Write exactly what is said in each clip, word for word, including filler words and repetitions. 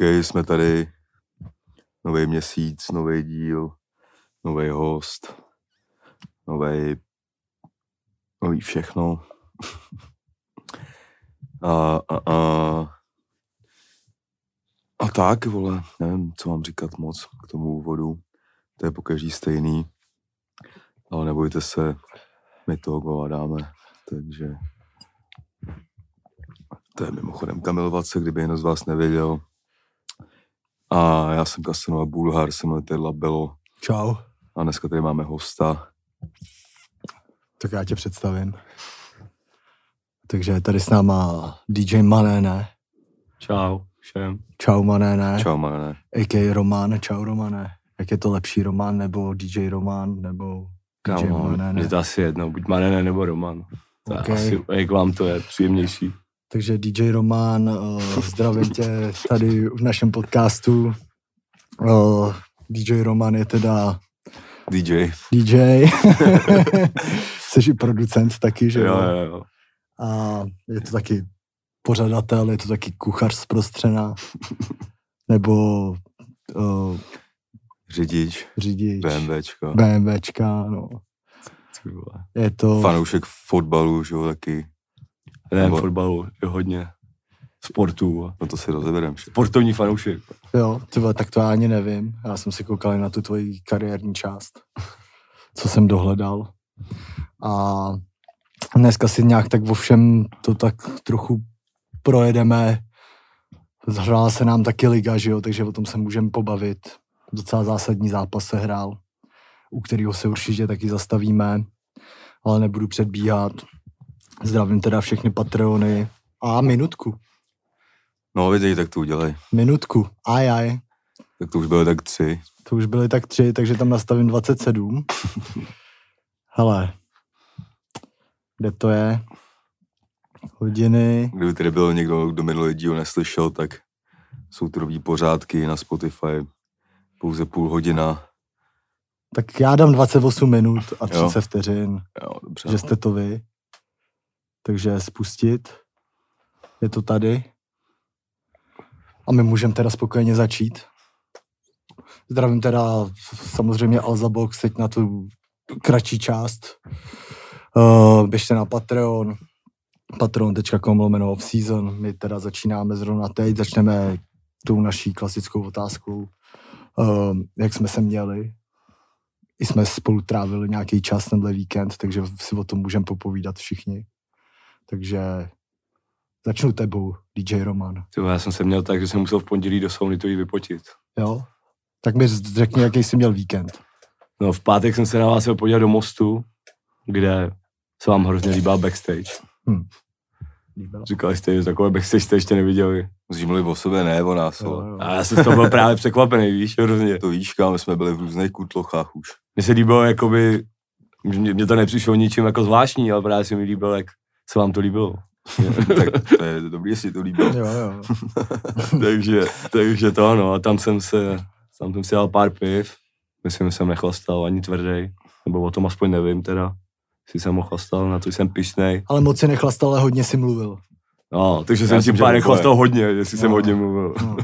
jsme tady. Nový měsíc, nový díl, nový host, nový, nový všechno. A, a, a, a tak, vole, nevím, co mám říkat moc k tomu úvodu. To je pokaždý stejný. Ale nebojte se, my to ovládáme, takže to je mimochodem Kamil Vace, kdyby jen z vás nevěděl. A já jsem Kasanova Bulhar, jsem jmenuji Labelo. Čau. A dneska tady máme hosta. Tak já tě představím. Takže tady s náma D J Manéne. Čau všem. Čau Manéne. Čau Manéne. A K A Roman. Čau Romane. Jak je to lepší, Roman nebo D J Roman nebo D J Kámo, Manéne? je to asi jedno, buď Manéne nebo Roman. To Okay. asi, jak vám to je příjemnější. Takže D J Roman, uh, zdravím tě tady v našem podcastu. Uh, D J Roman je teda D J. D J. Jsi i producent taky, že jo? Jo, jo. A je to taky pořadatel, je to taky kuchař z Prostřena. Nebo uh, řidič. řidič. BMWčka. BMWčka, no. Je to... Fanoušek fotbalu, že jo, taky. Ne, Nebo... fotbalu je hodně. Sportů. No to si rozeberem. Sportovní fanoušek. Jo, tyhle, tak to já ani nevím. Já jsem si koukal na tu tvoji kariérní část, co jsem dohledal. A dneska si nějak tak o všem to tak trochu projedeme. Zhrála se nám taky liga, že jo, takže o tom se můžeme pobavit. Docela zásadní zápas se hrál, u kterého se určitě taky zastavíme, ale nebudu předbíhat. Zdravím teda všechny Patreony. A minutku. No vidíš, tak to udělej. Minutku. Aj, aj. Tak to už byly tak tři. To už byly tak tři, takže tam nastavím dvacet sedm. Hele. Kde to je? Hodiny. Kdyby tady byl někdo, kdo minulý díl neslyšel, tak jsou to nový pořádky na Spotify. Pouze půl hodina. Tak já dám dvacet osm minut a třicet jo. vteřin. Jo, dobře. Že jste to vy. Takže spustit. Je to tady. A my můžeme teda spokojeně začít. Zdravím teda samozřejmě Alza Box teď na tu kratší část. Uh, běžte na Patreon. patreon tečka com lomeno off season. My teda začínáme zrovna teď. Začneme tou naší klasickou otázkou. Uh, jak jsme se měli. I jsme spolu trávili nějaký čas tenhle víkend, takže si o tom můžeme popovídat všichni. Takže začnu tebou, D J Roman. Tyvo, já jsem se měl tak, že jsem musel v pondělí do sauny to jí vypotit. Jo? Tak mi řekni, jaký jsi měl víkend. No v pátek jsem se nahlásil podívat do Mostu, kde se vám hrozně líbá backstage. Hm. Říkali jste, že takové backstage jste ještě neviděli. Musíš mluvit o sobě, ne o nás. Jo, jo. A já jsem z toho byl právě překvapený, víš, hrozně. To víš, kam jsme byli v různých kutlochách už. Mně se líbilo, jakoby, mě, mě to nepřišlo ničím jako zvláštní, ale právě se mi líbilo, jak se vám to líbilo. Tak to je dobrý, jestli to líbilo. Jo, jo. takže, takže to ano, a tam jsem se, tam jsem si dal pár piv, myslím, že jsem nechlastal ani tvrdý, nebo o tom aspoň nevím teda, jestli jsem ho chlastal, na to jsem pyšnej. Ale moc si nechlastal, ale hodně si mluvil. No, takže Já jsem jsem tím pár že nechlastal hodně, jestli No. jsem hodně mluvil. No.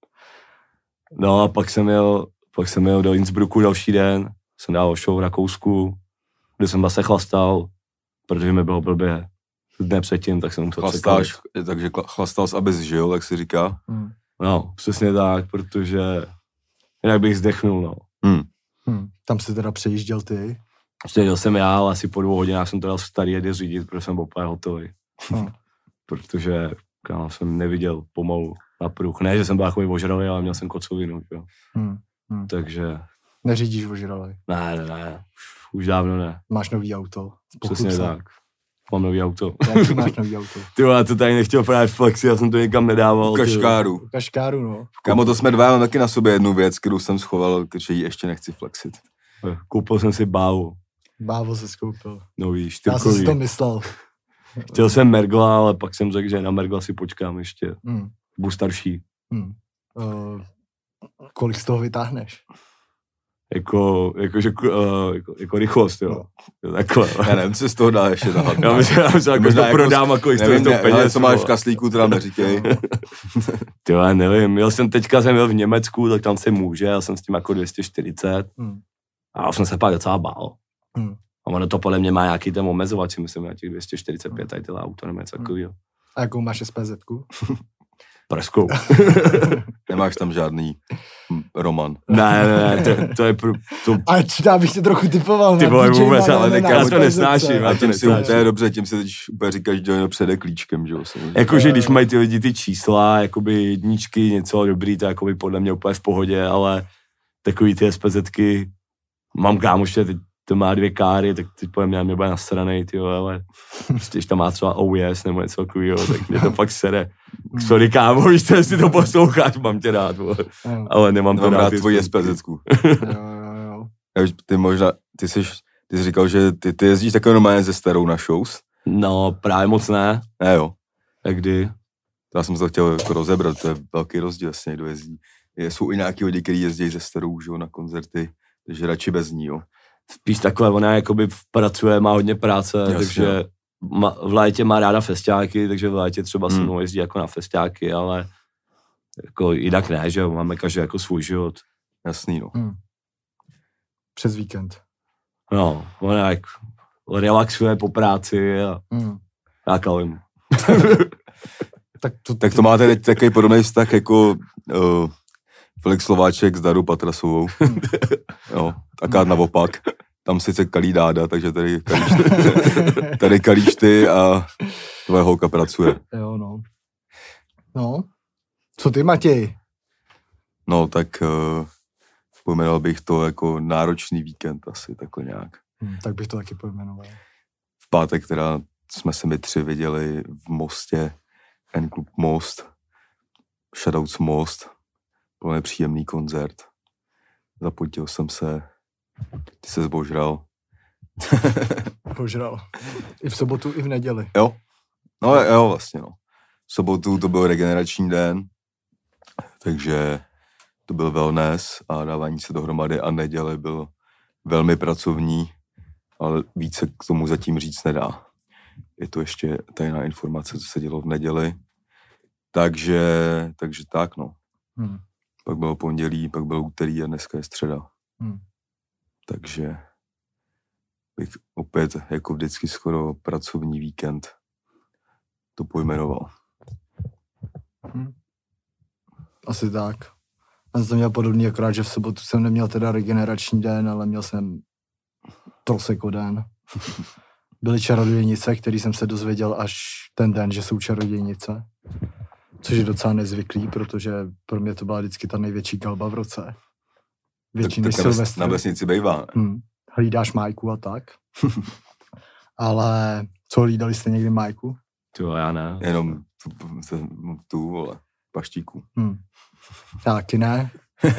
No a pak jsem jel, pak jsem jel do Innsbrucku další den, jsem dal show v Rakousku, kde jsem zase chlastal, protože mi bylo blbě. Dne předtím, tak jsem musel Chlastáš, překladit. takže chlastal jsi, abys žil, jak se říká. Hm. No, přesně tak, protože jinak bych zdechnul, no. Hmm. Hm. Tam si teda přejížděl ty. Seděl jsem já, ale asi po dvou hodinách jsem to dal starý jedy řídit, protože jsem byl úplně hotový. Hm. Protože kámo, jsem neviděl pomalu na pruh. Ne, že jsem byl takový ožralý, ale měl jsem kocovinu, jo. Hm. Hm. Takže Neřídíš ožralej. ne, ne, ne, už, už dávno ne. Máš nový auto. Přesně tak. Mám nový auto. Jaký máš nový auto? Ty vole, já to tady nechtěl právě flexi, já jsem to někam nedával. Kaškáru. Kaškáru, no. Kamo, to jsme dva, já mám taky na sobě jednu věc, kterou jsem schoval, protože ji ještě nechci flexit. Koupil jsem si bávu. Bávo se skoupil. Nový, Já jsem si čtyřkový. to myslel. Chtěl jsem Mergla, ale pak jsem řekl, že na Mergla si počkám ještě. Hm. Budu starší. Hm. Uh, kolik z toho vytáhneš? jako, jako, že, uh, jako, jako rychlost, jo. No. Takhle. Já nevím, co z toho dá ještě dát. Já myslím, já myslím jako to prodám a kolik stojí to peněz. Co máš v kaslíku, teda neříkej. Ty já nevím, měl jsem teďka, jsem byl v Německu, tak tam se může, já jsem s tím jako dvě stě čtyřicet hmm. a já jsem se pak docela bál. Hmm. A ono to podle mě má nějaký ten omezovač, myslím, na těch dvě stě čtyřicet pět, tady tyhle auto, nebo něco takového. A jakou máš S P Z-ku? Pražskou. Nemáš tam žádný Roman. Ne, ne, ne, to, to je... Pro, to... Ale já bych tě trochu typoval. Ty vole, vůbec, ale tak já to nesnáším. A tím si úplně dobře, tím si teď úplně říkáš, že to přede klíčkem, že jo. Jakože když mají ty lidi ty čísla, jakoby jedničky, něco dobrý, to jakoby podle mě úplně v pohodě, ale takový ty SPZky, mám kámoště, teď to má dvě káry, tak teď podle mě mě bude nasranej, tyjo, ale prostě, když tam má třeba O S nebo něco takového, tak mě to fakt sere. Sorry, kámo, víš, co, jestli to posloucháš, mám tě rád, vole. Ale nemám to mám rád. rád tvoji SPZku. Ty možná, ty jsi, ty jsi říkal, že ty, ty jezdíš takové normálně ze starou na shows? No, právě moc ne. Ne, jo. Tak kdy? Já jsem to chtěl jako rozebrat, to je velký rozdíl, jestli někdo jezdí. Jsou i nějaký lidi, kteří jezdí ze starou, že jo, na koncerty, takže radši bez ní, jo. Spíš takhle, ona jakoby pracuje, má hodně práce, jasně, takže ma, v létě má ráda festiáky, takže v létě třeba hmm. se mnou jezdí jako na festiáky, ale jako jinak ne, že jo, máme každý jako svůj život. Jasný, no. Hmm. Přes víkend. No, ona jak relaxuje po práci a hmm. já kalím. tak, to, tak to máte teď takový podobný vztah jako uh, Felix Slováček s Darou Patrasovou. Hmm. Jo, akorát naopak. Tam sice kalí Dáda, takže tady kalíš ty, tady kalíš ty a tvoje holka pracuje. Jo, no. No, co ty, Matěj? No, tak uh, pojmenoval bych to jako náročný víkend asi, takhle nějak. Hmm, tak bych to taky pojmenoval. V pátek teda jsme se my tři viděli v Mostě, N-Klub Most, Shoutouts Most, byl nepříjemný koncert. Zapotil jsem se, ty se zbožral. Božral. I v sobotu, i v neděli. Jo, no jo, vlastně no. V sobotu to byl regenerační den, takže to byl wellness a dávání se dohromady a neděle byl velmi pracovní, ale více k tomu zatím říct nedá. Je to ještě tajná informace, co se dělo v neděli. Takže, takže tak no. Hmm. Pak bylo pondělí, pak bylo úterý a dneska je středa. Hmm. Takže bych opět, jako vždycky skoro pracovní víkend to pojmenoval. Hmm. Asi tak. Já jsem to měl podobný, akorát, že v sobotu jsem neměl teda regenerační den, ale měl jsem proseko den. Byly čarodějnice, který jsem se dozvěděl až ten den, že jsou čarodějnice. Což je docela nezvyklý, protože pro mě to byla vždycky ta největší galba v roce. Větší než Silvestr. Na vesnici bejvá. Hmm. Hlídáš Majku a tak. Ale co, hlídali jste někdy Majku? To já ne. Jenom tu, tu, tu vole, paštíku. Hmm. Taky ne.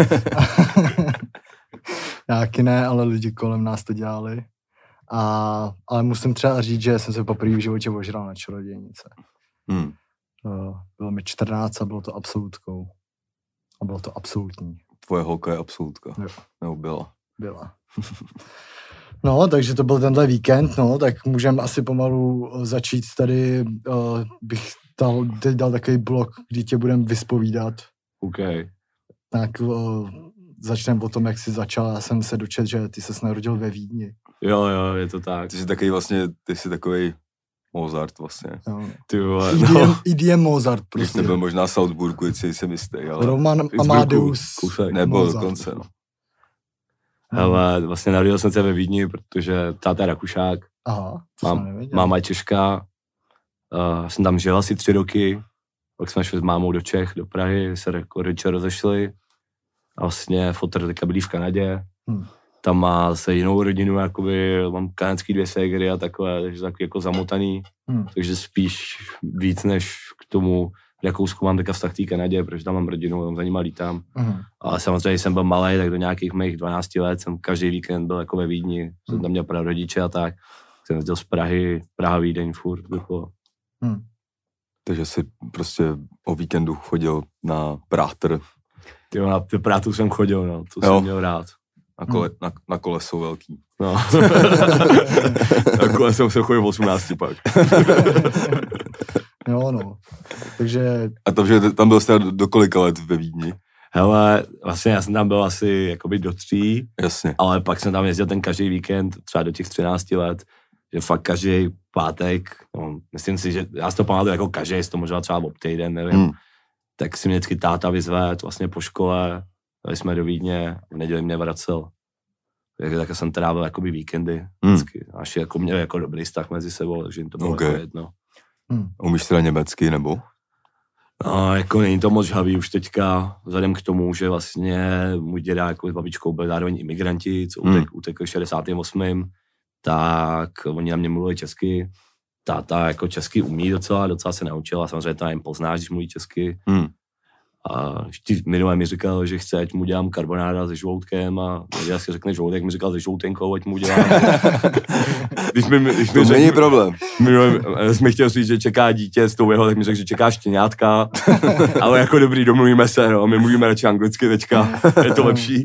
Taky ne, ale lidi kolem nás to dělali. A, ale musím třeba říct, že jsem se poprvé v životě ožral na čarodějnice. Hmm. Bylo mi čtrnáct a bylo to absolutkou. A bylo to absolutní. Tvoje holka je absolutka. Jo. Nebo byla. Byla. No, takže to byl tenhle víkend, no, tak můžeme asi pomalu začít tady, uh, bych dal, teď dal takový blok, kdy tě budem vyspovídat. OK. Tak uh, začneme o tom, jak jsi začal. Já jsem se dočetl, že ty ses narodil ve Vídni. Jo, jo, je to tak. Ty jsi takový vlastně, ty jsi takový Mozart vlastně. Jo. Ty vole, no. no. E D M Mozart prostě. Když nebyl možná Salzburgu, jestli jsem jistý, ale... Roman Amadeus Nebyl dokonce, no. Ale vlastně narodil jsem se ve Vídni, protože táta je Rakušák. Aha, Mám, máma je Češka. Uh, jsem tam žil asi tři roky. Pak jsme šli s mámou do Čech, do Prahy, se rodiče rozešli. A vlastně fotr teďka byli v Kanadě. Hmm. Tam má zase jinou rodinu, jakoby, mám kanadský dvě ségry a takové, takže takový jako zamotaný. Hmm. Takže spíš víc než k tomu Rakousku mám teďka vztah k té Kanadě, protože tam mám rodinu, tam za nima lítám. Hmm. Ale samozřejmě jsem byl malej, tak do nějakých mých dvanácti let jsem každý víkend byl jako ve Vídni. Hmm. Jsem tam měl prarodiče a tak. Jsem jezdil z Prahy, Praha, Vídeň, furt. Hmm. Takže jsi prostě o víkendu chodil na Prátr. Jo, na Prátru jsem chodil, no, to jo. jsem měl rád. Na kole, hmm. na, na kole jsou velký. No. Na kole jsem se chodil v osmnácti pak. Jo, no. Takže... A to, že tam byl jste do, do kolika let ve Vídni? Hele, vlastně já jsem tam byl asi jakoby do tří, Jasně. Ale pak jsem tam jezdil ten každý víkend, třeba do těch třinácti let, že fakt každý pátek, no, myslím si, že já si to pamatuju jako každý, to možná třeba ob týden, nevím, hmm. tak si mě vždycky táta vyzve, vlastně po škole, jeli jsme do Vídně, v neděli mě vracel. Takže tak jsem trávil jakoby víkendy vždycky. Hmm. Až jako měl jako dobrý vztah mezi sebou, takže jim to bylo okay. Jako jedno. Hmm. Umíš teda německy, nebo? No, jako není to moc žhavý už teďka, vzhledem k tomu, že vlastně můj děda jako s babičkou byl zároveň imigranti, co utek, hmm. utekl v šedesátém osmém tak oni na mě mluvili česky. Táta jako česky umí docela, docela se naučil a samozřejmě to jim poznáš, když mluví česky. Hmm. A ještě minule mi říkal, že chce, ať mu dělám karbonáda se žloutkem a já si řekne žloutek, mi říkal se žloutenkou, ať mu dělám. Když mi, když to mi není řekl, problém. Minule jsme chtěl říct, že čeká dítě s tou jeho, tak mi řekl, že čeká štěňátka. Ale jako dobrý, domluvíme se, no, my mluvíme radši anglicky teďka, je to lepší.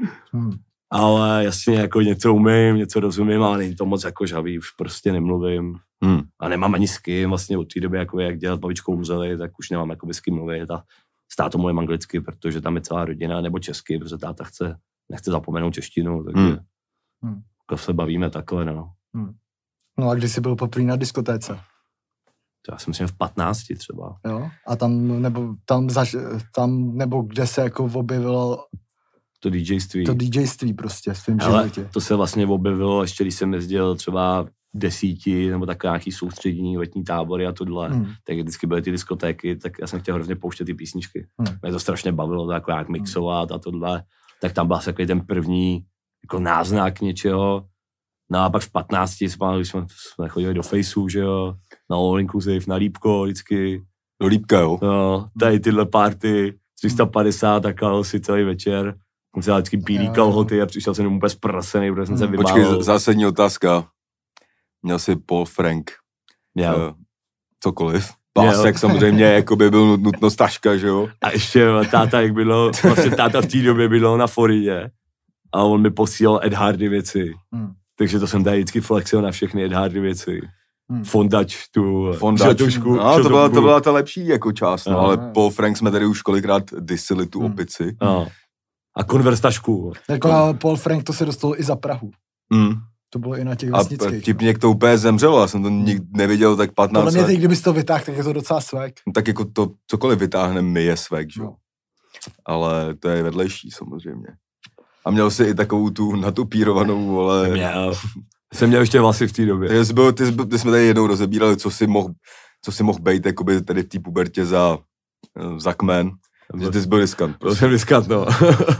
Ale jasně jako něco umím, něco rozumím, ale není to moc jako žavý, už prostě nemluvím. Hmm. A nemám ani s kým, vlastně od té doby, jako jak dělat babičkou umřeli, tak už nemám jako s kým mluvit. A s tátou mluvím anglicky, protože tam je celá rodina, nebo česky, protože táta chce, nechce zapomenout češtinu, takže hmm. jako se bavíme takhle, no. Hmm. No a když jsi byl poprvé na diskotéce? To já jsem si v patnácti třeba. Jo? A tam, nebo, tam, zaž, tam, nebo kde se jako objevilo to DJství. To DJství prostě v svém Ale životě. To se vlastně objevilo, ještě když jsem jezdil třeba desíti, nebo takové nějaký soustředění, letní tábory a tohle, hmm. tak vždycky byly ty diskotéky, tak já jsem chtěl hrozně pouštět ty písničky. Hmm. Mě to strašně bavilo, to jako jak mixovat a tohle. Tak tam byl takový ten první jako náznak něčeho. No a pak v patnácti, když jsme, jsme chodili do Faceu, že jo, na All Inclusive, na Lípko vždycky. Do Lípka, jo? No, tady tyhle party, tři sta padesát, tak si celý večer. Jsem se vždycky bílý kalhoty a přišel jsem úplně zprasený, protože jsem se vybával. Počkej, zásadní otázka. Měl jsi Paul Frank. Jo. Uh, cokoliv. Pásek jo. Samozřejmě, jako by byl nutnost taška, že jo? A ještě táta, jak bylo, vlastně táta v té době bylo na Floridě a on mi posílal Ed Hardy věci. Hmm. Takže to jsem tady vždycky flexil na všechny Ed Hardy věci. Hmm. Fondač, tu žatušku. No, to byla, to byla ta lepší jako část, no, no ale no. Paul Frank jsme tady už kolikrát disili tu hmm. opici. No. A Converse tašku. Jako a Paul Frank to se dostal i za Prahu. Hmm. To bylo i na těch vesnických. A vtipně to úplně zemřelo, já jsem to nikdy neviděl tak patnáct let. Podle mě teď, kdybys to vytáhl, tak je to docela swag. No, tak jako to, cokoliv vytáhneme, my je swag, že jo. No. Ale to je vedlejší samozřejmě. A měl jsi i takovou tu natupírovanou, ale... Měl. Jsem měl ještě vlasy v té době. Ty, byl, ty, ty jsme tady jednou rozebírali, co si mohl, co si mohl být jakoby tady v té pubertě za, za kmen. Že ty jsi byl diskant. Byl jsem diskant, no.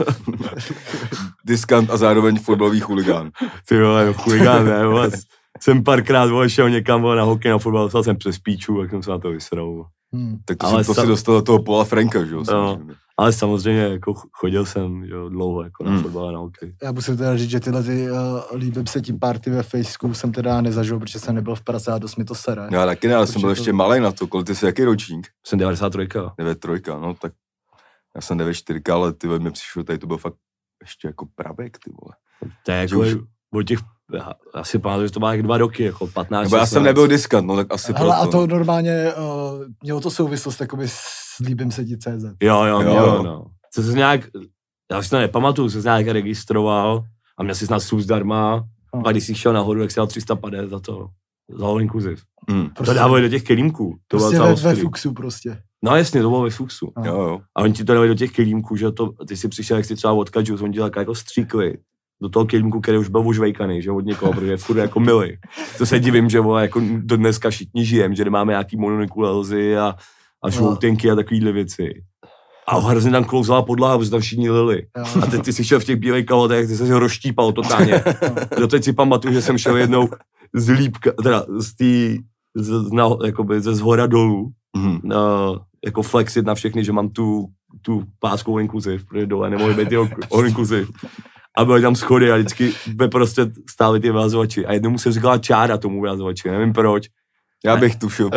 Diskant a zároveň fotbalový chuligán. Ty vole, chuligán, ne, vole. Jsem párkrát vole, šel někam vole, na hokej, na fotbal, dostal jsem přes píču, jak jsem se na to vysral. Hmm. Tak to, si, to sam... si dostal do toho Paula Franka, že jo? No, ale samozřejmě jako chodil jsem jo, dlouho jako na hmm. fotbal a na hokej. Já musím teda říct, že tyhle ty, uh, líbím se tím party ve Facebooku jsem teda nezažil, protože jsem nebyl v Praze a dost mi to sere. Já taky ne, ale jsem byl to... ještě malej na to, kolik ty jsi jaký ročník? Jsem devadesát tři. devadesát tři, no tak já jsem devadesát čtyři, ale ty mi přišlo, tady to byl fakt ještě jako pravěk, ty vole. To je jako už... od těch, asi pamatuju, že to má jak dva roky, jako patnáct. Nebo já jsem nebyl diskant, no tak asi hele, proto. A to normálně, uh, mělo to souvislost jakoby s líbím se ti C Z. Jo, jo, jo, jo. No. Co jsi nějak, já si to nepamatuju, jsi nějak registroval a měl jsi snad sůz zdarma a když jsi šel nahoru, tak si dal tři sta padesát za to, za all inclusive. Hmm. Prostě, to dávali do těch kelímků. To prostě ve, ve Fuxu prostě. No jasně, to bylo ve Fuxu. Jo, jo. A oni ti to dávali do těch kelímků, že to, ty si přišel, jak jsi třeba od Kadžus, oni ti tak jako stříkli do toho kelímku, který už byl užvejkaný, že od někoho, protože je furt jako milý. To se divím, že vole, jako do dneska všichni žijem, že nemáme nějaký mononikulelzy a, a žloutenky a takovýhle věci. A hrozně tam klouzala podlaha, protože tam všichni lili. A teď ty jsi šel v těch bílých kalhotech, ty jsi ho rozštípal totálně. Doteď si pamatuju, že jsem šel jednou z Lípka, teda z té, jakoby ze zhora dolů, mm. na, jako flexit na všechny, že mám tu, tu pásku all inclusive, protože dole nemohli být ty all inclusive. A byly tam schody a vždycky by prostě stály ty vyhazovači. A jednou se říkala čára tomu vyhazovači, nevím proč. Já bych tušil.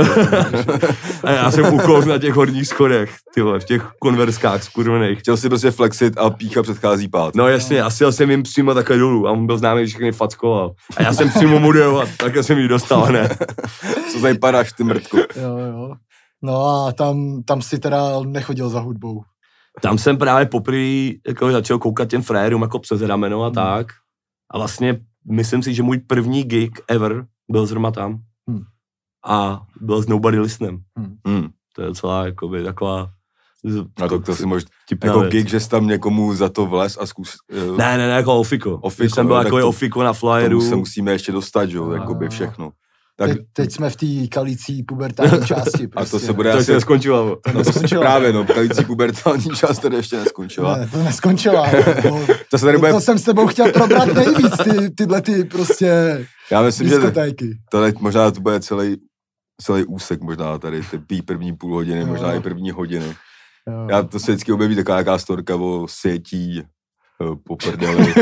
A já jsem ukous na těch horních schodech, ty vole, v těch konverskách skurvených. Chtěl si prostě flexit a pícha předchází pád. No jasně, a sjel jsem jim přímo takhle dolů a on byl známý, že všechny fackoval. A já jsem přímo mu dojel a takhle jsem jí dostal, ne? Co tady padáš, ty mrtku? Jo, jo. No a tam, tam si teda nechodil za hudbou. Tam jsem právě poprvé jako začal koukat těm frérům jako přes rameno a tak. A vlastně myslím si, že můj první gig ever byl zrovna tam. Hmm. A byl s Nobody Listenem. Hmm. To je docela jakoby taková... A to, to si možná, tipná jako věc. gig, že jsi tam někomu za to vles a zkus... Uh, Ne, ne, ne, jako ofiko. Ofiko, Když jsem byl jo, jako tak to- ofiko na K tomu flyeru. se musíme ještě dostat, že jo, A- jakoby všechno. Tak, Teď, teď jsme v té kalící pubertální části. a Prostě. to se bude To asi... ještě neskončilo. No to neskončilo. právě, no, kalící pubertální část tady ještě neskončila. Ne, to neskončila. To, To se tady to, bude... to jsem s tebou chtěl probrat nejvíc, ty, tyhle ty prostě Já myslím, že diskotéky. tady možná to bude celý, celý úsek, možná tady ty první půl hodiny, Jo. možná i první hodiny. Jo. Já to se vždycky objeví taková nějaká storka o světí, eh, po prdeli,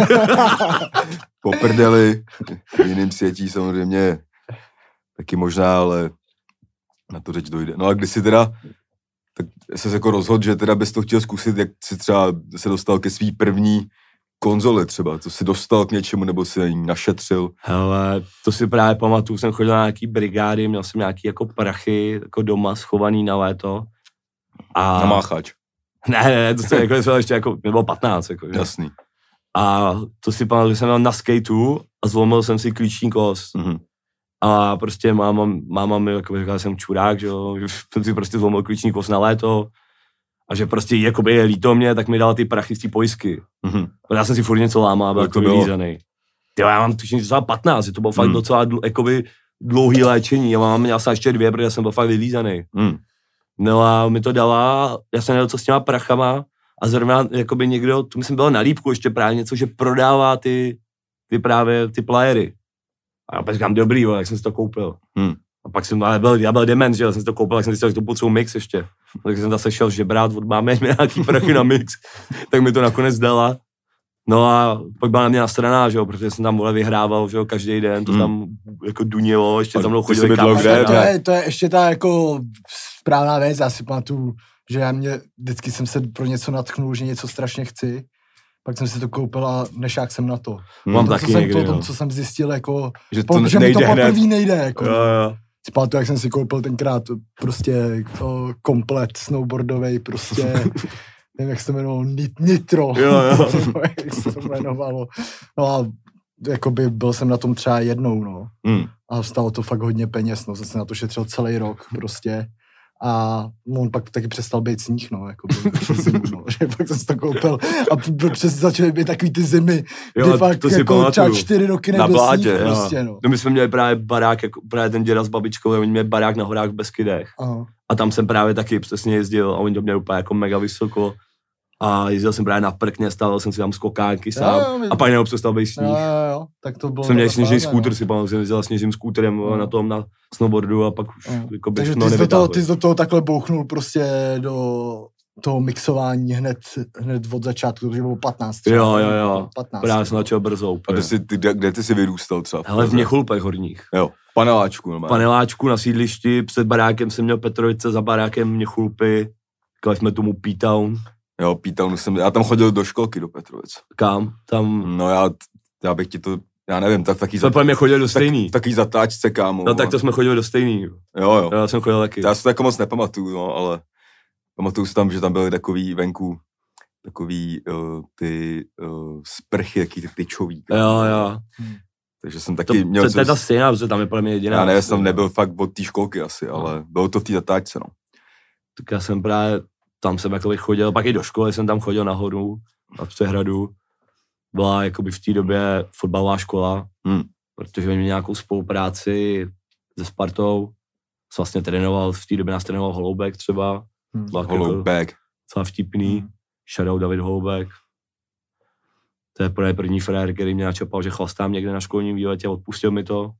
po prdeli, v jiným světí samozřejmě taky možná, ale na to řeč dojde. No a když si teda, tak jsi jako rozhodl, že teda bys to chtěl zkusit, jak si třeba se dostal ke svý první konzoli třeba, to si dostal k něčemu, nebo si ji našetřil. Hele, to si právě pamatuju, jsem chodil na nějaký brigády, měl jsem nějaký jako prachy jako doma schovaný na léto. A... Na máchač, Ne, ne, ne, to jsem jako, jsem ještě jako, bylo patnáct, jako, že? jasný. A to si pamatuju, že jsem měl na skateu a zlomil jsem si klíční kost. Mhm. A prostě máma, máma mi jako říkala, že jsem čurák, že jo, že jsem si prostě zlomil klíční kost na léto. A že prostě jakoby je líto mě, tak mi dala ty prachy z té pojistky. Mhm. Já jsem si furt něco lámal, byl Jak to jako bylo? vylízaný. Tyjo, já mám tuším docela patnáct, že to bylo fakt Hmm. docela dl, jakoby dlouhý léčení. Já mám měl asi ještě dvě, protože jsem byl fakt vylízaný. Mhm. No a mi to dala, já jsem nevěděl, co s těma prachama a zrovna jakoby někdo, tu myslím bylo na lípku ještě právě něco, že prodává ty, ty právě ty playery. A já pak říkám, dobrý, jo, jak jsem si to koupil. Hmm. A pak jsem, ale byl, já byl dement, že já jsem si to koupil, tak jsem zjistil, že to potřebuji mix ještě. Takže jsem zase šel žebrat, od máme nějaký prachy na mix, tak mi to nakonec dala. No a pak byla na mě nastraná, že jo, protože jsem tam vole vyhrával, že jo, každý den, to Hmm. tam jako dunilo, ještě A za mnou ty chodili jsi bydlel kámoši. kde? To je, to je ještě ta jako správná věc, já si pamatuju, že já mě, vždycky jsem se pro něco natchnul, že něco strašně chci, pak jsem si to koupil a nešák jsem na to. Mám To, taky co jsem, někdy, to, no. to, co jsem zjistil, jako, Že po, to že mi to nejde hned. poprvé nejde, jako. Jo, jo. Si pamatuju, jak jsem si koupil tenkrát prostě o, komplet snowboardovej, prostě, nevím, jak se to jmenovalo, Nit- Nitro, Jo, jo. jak se to jmenovalo. No a jakoby byl jsem na tom třeba jednou, no. Hmm. A stalo to fakt hodně peněz, no, jsem na to šetřil celý rok prostě. A on pak taky přestal být sníh, no, jako přes zimu, no, že pak jsem si to koupil a p- přes začaly být takový ty zimy, Jo, kdy fakt to si jako třeba pamatuju. čtyři roky Na nebyl blátě, sníh, jo. prostě, no. No my jsme měli právě barák, jako právě ten děda s babičkou, oni měli barák na horách v Beskydech. Aha. A tam jsem právě taky přesně jezdil a oni to měli úplně jako mega vysoko. A jezdil jsem právě na prkně, stával jsem si tam skokánky sám. Jo, jo, A pak jenom přestal být sníh. Jo, jo, jo, tak to bylo... Jsem měl takhle sněžný správně, skútr, no. si pamatuju, jsem jezdil sněžným skúterem No. na tom na snowboardu a pak už Jo. jako Takže bych ty jsi, do toho, nevytáhl. ty jsi do toho takhle bouchnul prostě do toho mixování hned, hned od začátku, protože bylo patnáct. třeba, Jo, jo, jo. patnáct. Právě jsem začal brzo A úplně. ty jsi, ty, kde, kde ty jsi vyrůstal třeba? Hele, v Měchulpech horních. Jo, v paneláčku V normálně. paneláčku na sídlišti, před barákem jsem měl Petrovice, za barákem Měchulpy. Říkali jsme tomu P-Town. Jo, P-Town jsem, já tam chodil do školky do Petrovic. Kam? Tam... No já, já bych ti to, já nevím, tak taky Jsme podle mě chodili do tak, stejný. taký zatáčce, kámo. No tak to jsme chodili do stejný. Jo, jo. Já jsem chodil taky. Já si to jako moc nepamatuju, no, ale pamatuju si tam, že tam byly takový venku, takový uh, ty uh, sprchy, jaký ty tyčový. Jo, jo. Takže jsem To, taky to, měl... to, jsem, je ta stejná, protože tam je podle mě jediná. já nevím, jsem tam nebyl fakt od té školky asi, ale bylo to v té zatáčce, no. Tak já jsem právě, tam jsem jakoby chodil, pak i do školy jsem tam chodil nahoru, na Přehradu. Byla jakoby v té době fotbalová škola, Hmm. protože oni měli nějakou spolupráci se Spartou. Jsem vlastně trénoval, v té době nás trénoval Holoubek třeba. Hmm. Byl jako Holoubek. docela vtipný. Hmm. Shadow David Holoubek. To je první, první frér, který mě načapal, že chlastám někde na školním výletě, odpustil mi to.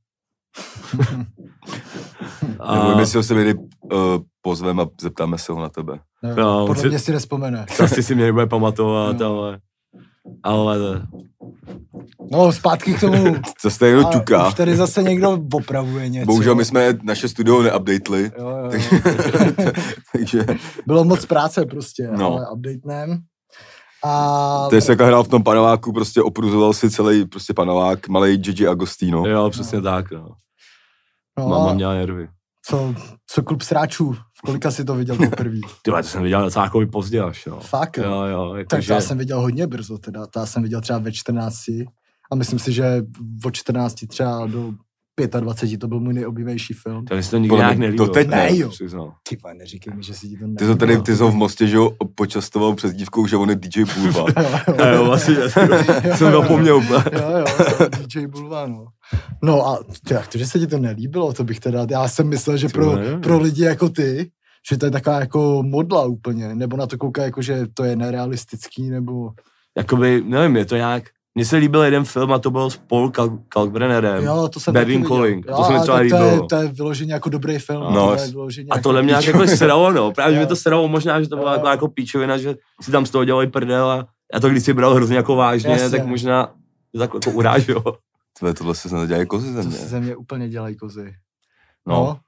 Nebo my si ho se někdy uh, pozvem a zeptáme se ho na tebe. Jo, Jo, podle že- mě si nespomene. To asi si mě nebude pamatovat, Jo. ale, ale No, zpátky k tomu. Zase tady někdo ťuká. Už tady zase někdo opravuje něco. Bohužel my jsme naše studio neupdateli. Jo, jo. Takže, takže... Bylo moc práce prostě, no. ale updatenem. A... To je se jako hrál v tom paneláku, prostě opruzoval si celý prostě panelák, malej Gigi Agostino. Jo, přesně no. tak, no. no Máma měla nervy. Co, co klub sráčů? V kolika jsi to viděl poprvý? Tyhle, to jsem viděl docela jako pozdě až, jo. Fakt, jo? Jo, jo. Jako Tak že... to já jsem viděl hodně brzo teda, to já jsem viděl třeba ve čtrnácti a myslím si, že od čtrnácti třeba do dvaceti pěti to byl můj nejoblíbenější film. To mi se to nikdy nějak nelíbilo. To teď ne, jo. Přiznal. Ty vole, neříkej mi, že si ti to nelíbilo. Ty jsi tady, ty jsi ho v Mostě, že ho počastoval před dívkou, že on je D J Bulva. jo, jo, vlastně, jsem zapomněl úplně. Jo, jo, D J Bulva, no. No a jak to, že se ti to nelíbilo, to bych teda, já jsem myslel, že pro, pro lidi jako ty, že to je taková jako modla úplně, nebo na to kouká jako, že to je nerealistický, nebo... Jakoby, nevím, je to nějak... Mně se líbil jeden film a to byl s Paul Kal- Kalkbrennerem. Jo, to jsem Berlin Calling. Jo, to se mi třeba to, líbilo. je, to je vyloženě jako dobrý film. No, to je vyloženě a jako tohle mě nějak jako sralo, no. Právě, že mi to sralo, možná, že to bylo Jo. jako, jako píčovina, že si tam z toho dělali prdel a já to když si bral hrozně jako vážně, Jasně. tak možná to tak jako urážilo. Tvé, tohle se snad dělají kozy ze To mě. se ze mě úplně dělají kozy. No. no.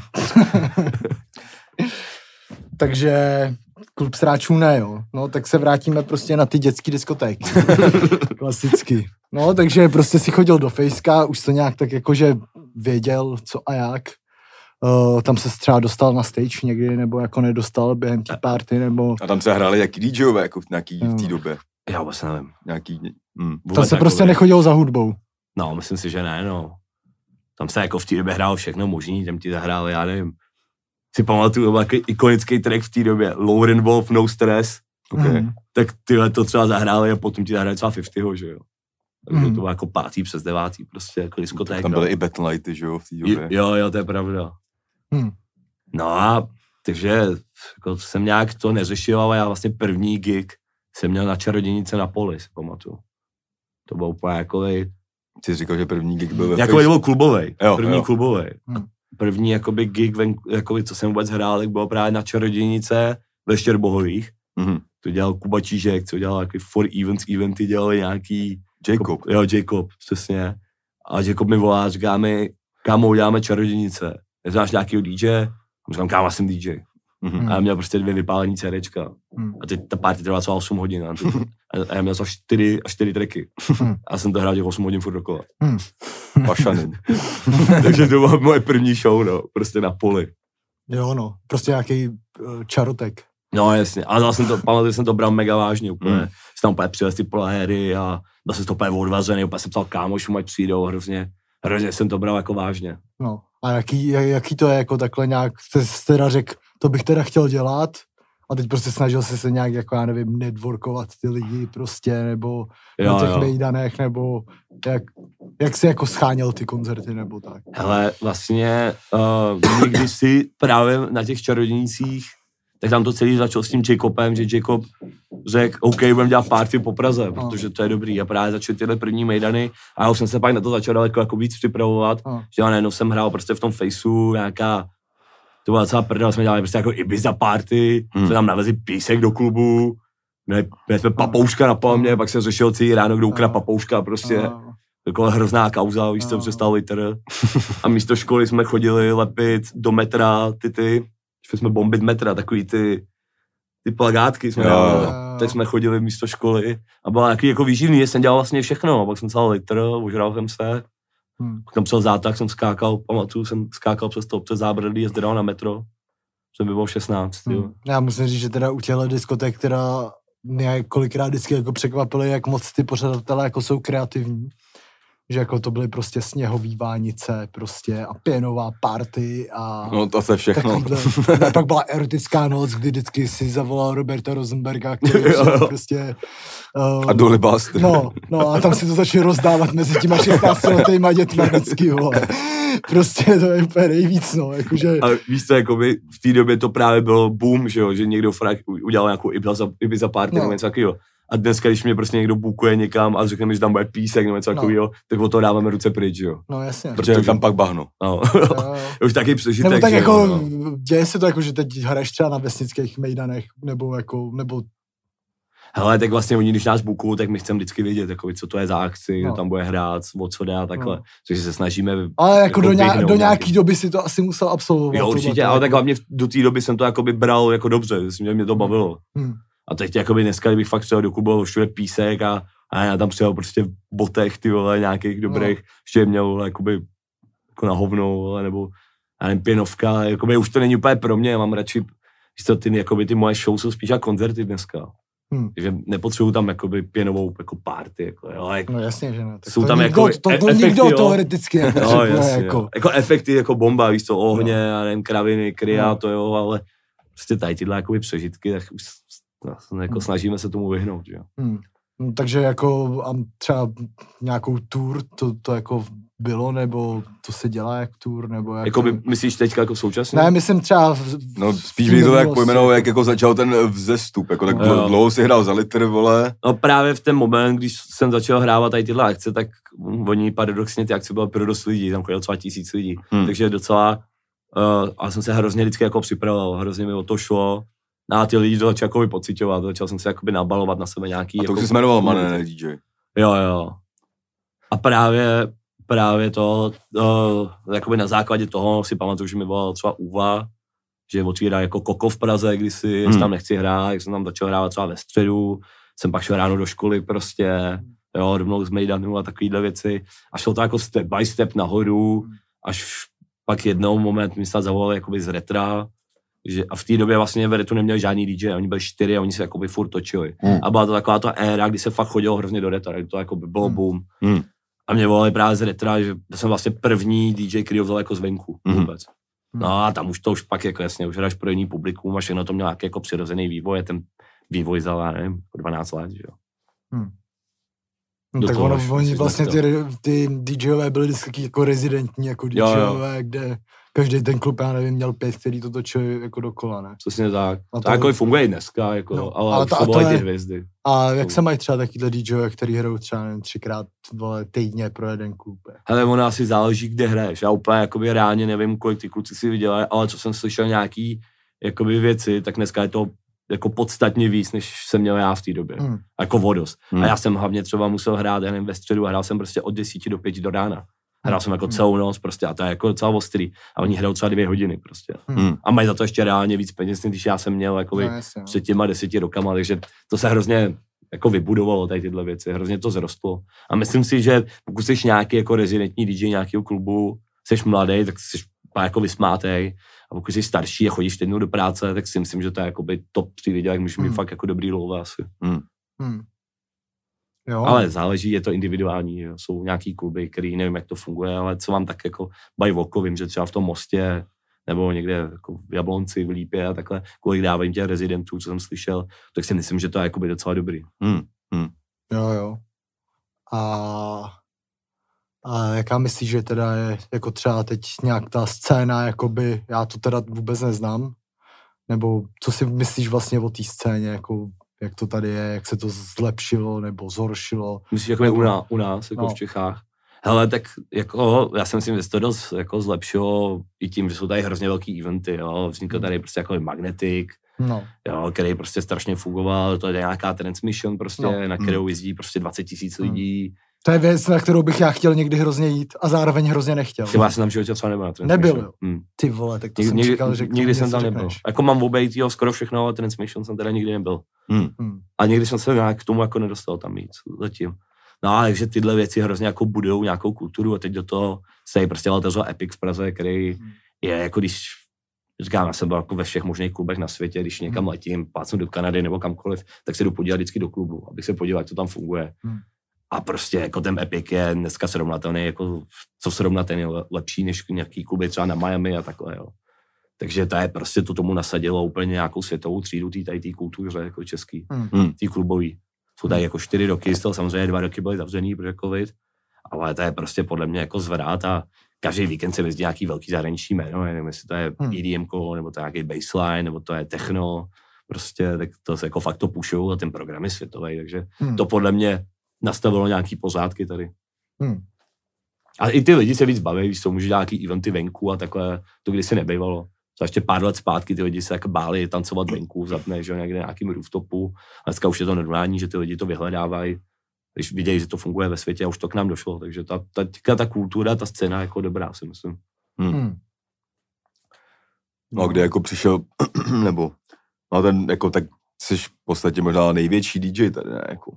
Takže klub sráčů ne, jo. No, tak se vrátíme prostě na ty dětský diskotéky. Klasicky. No, takže prostě si chodil do Fejska, už to nějak tak jakože věděl, co a jak. Uh, tam se třeba dostal na stage někdy, nebo jako nedostal během té party, nebo... A tam se hráli jaký DJové, jako v nějaký v té Jo. době. Já vůbec nevím. Nějaký, hm. Tam se jako prostě by- nechodil za hudbou. No, myslím si, že ne, no. Tam se jako v té době hrálo všechno možný, tam ti zahráli, já nevím. Si pamatuju, to byl takový ikonický track v té době, Lauren Wolf, No Stress. Okay. Mm. Tak tyhle to třeba zahráli a potom ti zahráli třeba padesátého, že jo. Takže Mm. to bylo jako pátý přes devátý, prostě jako diskoték. Tam no. byly i Battle Lighty, že jo, v té době. Jo, jo, to je pravda. Mm. No a takže jako jsem nějak to neřešil, ale já vlastně první gig jsem měl na Čarodějnice na poli, si pamatuju. To bylo úplně jako Ty jsi říkal, že první gig byl ve jako Face. byl klubovej, Jo, první jo. klubovej. Hmm. První jakoby gig, ven, jakoby, co jsem vůbec hrál, tak bylo právě na Čarodějnice ve Štěrbohových. Mhm. To dělal Kuba Čížek, co dělal jaký For Events, eventy dělali nějaký... Jacob. Jo, Jacob, přesně. A Jacob mi volá, říká mi, kámo, uděláme Čarodějnice. Neznáš nějakýho D J? A říkám, kámo, jsem D J. Mhm. A já měl prostě dvě vypálení CDčka. Hmm. A teď ta party trvala třeba osm hodin. A, teď, a já měl třeba čtyři a čtyři tracky. Hmm. A jsem to hrál těch osm hodin furt dokola. Hmm. Pašanin. Takže to byla moje první show, no. Prostě na poli. Jo, no. Prostě nějaký uh, čarotek. No jasně. A zase jsem to, pamatuju, jsem to bral mega vážně úplně. Hmm. Mm. Jsem tam úplně přivez ty poléry a byl jsem to úplně odvařený, úplně jsem psal kámošům, ať přijdou, hrozně, hrozně jsem to bral jako vážně. No. A jaký, jaký to je jako takhle nějak, jste jste teda řekl, to bych teda chtěl dělat a teď prostě snažil jsi se nějak jako, já nevím, networkovat ty lidi prostě, nebo Jo, na těch jo. mejdanech, nebo jak, jak jsi jako scháněl ty koncerty, nebo tak. Hele, vlastně uh, někdy si právě na těch Čarodějnicích, tak tam to celý začal s tím Jacobem, že Jacob řekl, OK, budeme dělat party po Praze, protože to je dobrý. A právě začaly tyhle první mejdany a já už jsem se pak na to začal daleko jako víc připravovat, A. že já najednou jsem hrál prostě v tom Faceu, nějaká, to byla celá prdel, jsme dělali prostě jako Ibiza party, Hmm. jsme tam navezli písek do klubu, ne, měli jsme papouška na palmě, pak se řešil celý ráno, kdo ukradl papouška, prostě. A. Taková hrozná kauza, víš co, No. přestal litr. A místo školy jsme chodili lepit do metra ty ty, šli jsme bombit metra, takový ty, ty plagátky jsme Jo, dávali. jo. Tak jsme chodili místo školy a byla nějaký jako výživný, jsem dělal vlastně všechno, pak jsem psal litr, ožral jsem se, Hmm. pak jsem psal zátah, jsem skákal, pamatuju, jsem skákal přes to, přes zábradlí, jezdil na metro, jsem by byl šestnáct, jo. Hmm. Já musím říct, že teda u těchto diskotek, která mě kolikrát vždycky jako překvapily, jak moc ty pořadatelé jako jsou kreativní. Že jako to byly prostě sněhový vánice prostě a pěnová party a... No to se všechno. Takovýhle. A pak byla erotická noc, kdy vždycky si zavolal Roberta Rosenberga, který Jo, jo. prostě... Uh, A Dolly Buster. No, no a tam si to začali rozdávat mezi těma šestnáctiletýma dětma vždycky, vole. Prostě to je úplně nejvíc, no, jakože... A víš co, jakoby v té době to právě bylo boom, že jo, že někdo frak udělal nějakou Ibiza, Ibiza party No. nebo něco takového. A dneska, když mě prostě někdo bukuje někam a řekne mi, že tam bude písek nebo něco No. takového, tak od toho dáváme ruce pryč, jo. No jasně. Protože je tam pak bahno. No. Jo, jo. Je už taky přežitek, Nebo tak že jako, jo, no. děje se to jako, že teď hraješ třeba na vesnických mejdanech, nebo jako, nebo... hele, tak vlastně oni, když nás bukují, tak my chceme vždycky vědět, jako, co to je za akci, no. tam bude hrát, o co dá, takhle. No. Takže se snažíme. Ale jako, jako do, nějak, do nějaký doby si to asi musel absolvovat. Jo, určitě, ale tak hlavně do té doby jsem to jakoby bral jako dobře, mě, mě to bavilo. Hmm. A teď jakoby dneska, kdybych fakt třeba do klubu všude písek a, a já tam přijel prostě v botech, ty vole, nějakých dobrých, no. Ještě měl jakoby jako na hovno, vole, nebo já nevím, pěnovka, ale jakoby už to není úplně pro mě, já mám radši, to ty, jakoby ty moje show jsou spíš jako koncerty dneska. Hmm. Takže nepotřebuju tam jakoby pěnovou jako party, jako, jo, jako, no jasně, že ne. Tak jsou to tam nikdo, jako to, to, to efekty, nikdo jo. Teoreticky nepotřebuje, no, jasně, jako. jako efekty jako bomba, víš co, ohně, no. Já nevím, kraviny, krya, no. to jo, ale prostě tady tyhle jakoby přežitky, tak už no, jako hmm. snažíme se tomu vyhnout, jo. Hmm. No, takže jako a třeba nějakou tour, to, to jako bylo, nebo to se dělá jak tour, nebo jak... Jako by, myslíš teďka jako současně? Ne, myslím třeba... V, no spíš bych to tak pojmenoval, jak jako začal ten vzestup, jako tak no, dlouho si hrál za litr, vole. No právě v ten moment, když jsem začal hrávat tady tyhle akce, tak oni paradoxně ty akce byly pro dost lidí, tam chodilo třeba tisíc lidí, hmm. takže docela, uh, a jsem se hrozně vždycky jako připravoval, hrozně mi o to šlo. A ty lidi to začal jako pociťovat, začal jsem se jakoby nabalovat na sebe nějaký... A to jako, už jsi jmenoval Mané, ne D J. Jo, jo. A právě, právě to, uh, jakoby na základě toho si pamatuju, že mi volal třeba Uva, že otvírá jako Koko v Praze, kdysi, hmm. tam nechci hrát, jak jsem tam začal hrát třeba ve středu, jsem pak šel ráno do školy prostě, jo, rovnou z Mejdanu a takovýhle věci. A šlo to jako step by step nahoru, až pak jednou moment mi snad zavolali jakoby z Retra, že a v té době vlastně v Retu neměli žádný D J, oni byli čtyři a oni se jakoby furt točili. Hmm. A byla to taková ta éra, kdy se fakt chodilo hrozně do Retra, to jakoby bylo hmm. boom. Hmm. A mě volali právě z Retra, že jsem vlastně první D J, který ho vzal jako zvenku hmm. vůbec. No a tam už to už pak jako jasně, už hráš pro jiný publikum a všechno to mělo nějaký jako přirozený vývoj a ten vývoj za, já nevím, dvanáct let, že jo. Hmm. No tak ono, oni vlastně ty, ty DJové byly vždycky jako rezidentní, jako DJové, kde každý ten klub, já nevím, měl pět, který to točili jako dokola, ne? Přesně tak. To, to jako i funguje i dneska, jako, no, ale, ale to, to byly ty hvězdy. A jak se mají třeba takovýhle DJové, který hrajou třeba, nevím, třikrát vole, týdně pro jeden klub? Hele, ono asi záleží, kde hraješ. Já úplně jakoby reálně nevím, kolik ty kluci si vydělají, ale co jsem slyšel nějaký jakoby věci, tak dneska je to jako podstatně víc, než jsem měl já v té době. Hmm. Jako vodost. Hmm. A já jsem hlavně třeba musel hrát, já nevím, ve středu a hrál jsem prostě od desíti do pěti do rána. Hrál jsem jako celou noc prostě a to je jako docela ostrý. A oni hrajou třeba dvě hodiny prostě. Hmm. A mají za to ještě reálně víc peněz, když já jsem měl jakoby no, jasně, před těma deseti rokama, takže to se hrozně jako vybudovalo tady tyhle věci, hrozně to zrostlo. A myslím si, že pokud jsi nějaký jako rezidentní D J nějakého klubu, jsi mladý, tak jsi jako vysmátej. A pokud jsi starší a chodíš týdnu do práce, tak si myslím, že to je jakoby top tři lidi, jak můžeš mít hmm. fakt jako dobrý love asi. Hmm. Hmm. Jo. Ale záleží, je to individuální, jo. Jsou nějaký kluby, který nevím, jak to funguje, ale co vám tak jako bají oko, vím, že třeba v tom Mostě nebo někde jako v Jablonci, v Lípě a takhle, kolik dávají těch rezidentů, co jsem slyšel, tak si myslím, že to je jakoby docela dobrý. Hmm. Hmm. Jo, jo. A, a jaká myslíš, že teda je jako třeba teď nějak ta scéna, jakoby, já to teda vůbec neznám, nebo co si myslíš vlastně o té scéně, jako jak to tady je, jak se to zlepšilo nebo zhoršilo. Myslíš, jako je u nás, u nás jako no. v Čechách? Hele, tak jako, já si myslím, že se to dost jako zlepšilo i tím, že jsou tady hrozně velký eventy, jo. Vznikl tady prostě jako Magnetic, no. jo, který prostě strašně fungoval, to je nějaká transmission prostě, no. na kterou jezdí prostě dvacet tisíc lidí. To je věc, na kterou bych já chtěl někdy hrozně jít a zároveň hrozně nechtěl. Ty já jsem tam životě třeba nebyl na transmission. Nebyl, hmm. Ty vole, tak to někdy, jsem někdy, čekal, že nikdy jsem tam nebyl. Jako mám obejít, jo, skoro všechno, ale transmission jsem teda nikdy nebyl. Hmm. Hmm. A někdy jsem se nějak k tomu jako nedostal tam jít zatím. No a takže tyhle věci hrozně jako budou nějakou kulturu a teď do toho se prostě otevřel Epic v Praze, který hmm. je jako když, říkám, já jsem byl jako ve všech možných klubech na světě, když někam letím, plácnu do Kanady nebo kamkoliv, tak se jdu podívat vždycky do klubu, abych se podíval, jak to tam funguje. Hmm. A prostě jako ten Epic je dneska srovnatelný, jako co srovnatelný, lepší než nějaký kluby třeba na Miami a takhle, jo. Takže to je prostě to tomu nasadilo úplně nějakou světovou třídu tý tady tý kultuře jako český, hmm. tý klubový. Jsou tady jako čtyři roky, z toho samozřejmě dva roky byly zavřený, protože covid, ale to je prostě podle mě jako zvrat a každý víkend se jezdí nějaký velký zahraniční jméno, nevím, jestli to je hmm. E D M ko, nebo to je nějaký baseline, nebo to je techno, prostě tak to se jako fakt to pušou a ten program je světový, takže hmm. to podle mě nastavilo nějaký pořádky tady. Hmm. A i ty lidi se víc baví, víš, to může nějaký eventy venku a takhle, to kdysi nebejvalo. za ještě pár let zpátky ty lidi se jako báli tancovat venku, zapne, že někde na nějakým rooftopu. A dneska už je to normální, že ty lidi to vyhledávají, když vidějí, že to funguje ve světě a už to k nám došlo. Takže ta, ta, ta kultura, ta scéna je jako dobrá, si myslím. Hmm. Hmm. No a kde jako přišel, nebo no ten jako tak jsi v podstatě možná největší dý džej tady, ne? Jako.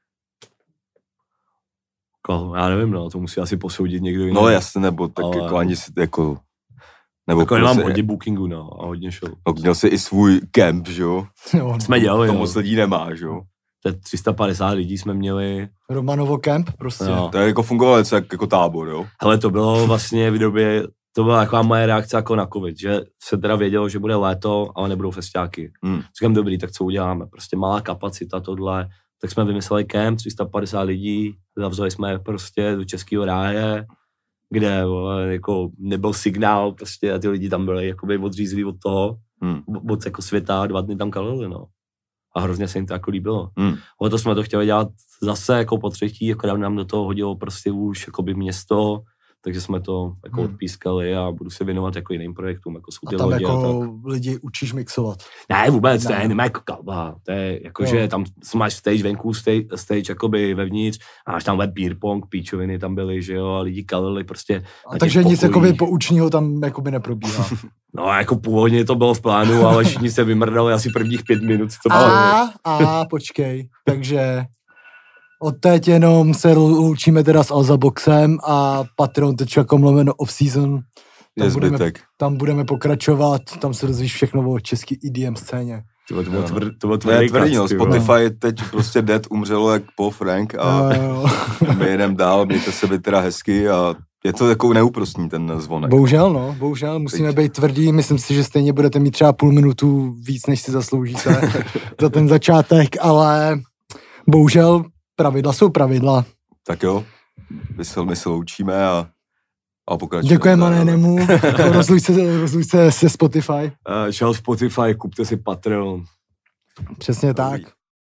Jako, já nevím, no, to musí asi posoudit někdo jiný. No jasně, nebo tak ale... jako ani si jako... Nebo jako nemám prostě, hodně bookingu, no, a hodně show. No, měl jsi i svůj kemp, že jo? Jo, jsme dělali, to no. moc lidí nemá, že jo? To je tři sta padesát lidí jsme měli. Romanovo kemp, prostě. No. To je jako fungovalo něco jak, jako tábor, jo? Hele, to bylo vlastně v době, to byla taková moje reakce jako na covid, že se teda vědělo, že bude léto, ale nebudou festiáky. Hmm. Říkám, dobrý, tak co uděláme? Prostě malá kapacita tohle. Tak jsme vymysleli kemp, tři sta padesát lidí, zavřeli jsme prostě do Českého ráje, kde jako nebyl signál, prostě a ty lidi tam byli jakoby odřízlí od toho, hmm. od jako světa, dva dny tam kalili, no. A hrozně se jim to jako líbilo. Hmm. Ale to jsme to chtěli dělat zase jako po třetí, akorát nám do toho hodilo prostě už jakoby město, takže jsme to jako hmm. odpískali a budu se věnovat jako jiným projektům, jako jsou ty a tam lodě jako a tak. lidi učíš mixovat. Ne, vůbec, ne. to je nemá jako kalba, to je jako, jo. Že tam máš stage venku, stage, stage jakoby vevnitř a máš tam beer pong, píčoviny tam byly, že jo, a lidi kalili prostě. A takže nic jakoby poučního tam jakoby neprobíhá. No jako původně to bylo v plánu, ale všichni se vymrdali asi prvních pět minut. Co a, a, počkej, takže odteď jenom se loučíme teda s Alzaboxem a patreon tečka com lomeno off-season. Tam budeme, tam budeme pokračovat, tam se dozvíš všechno o český E D M scéně. To bylo tvrdý, to bylo tvrdý, tvrdý no, Spotify teď prostě dead umřelo jak Paul Frank a my jedem dál, mějte se vy teda hezky a je to takovou neúprostný ten zvonek. Bohužel no, bohužel musíme být tvrdý, myslím si, že stejně budete mít třeba půl minutu víc, než si zasloužíte za ten začátek, ale bohužel pravidla jsou pravidla. Tak jo, my se, my se loučíme a, a pokračujeme. Děkujeme Manénemu, rozluj se, rozluj se se Spotify. Uh, čau Spotify, kupte si Patreon. Přesně tak.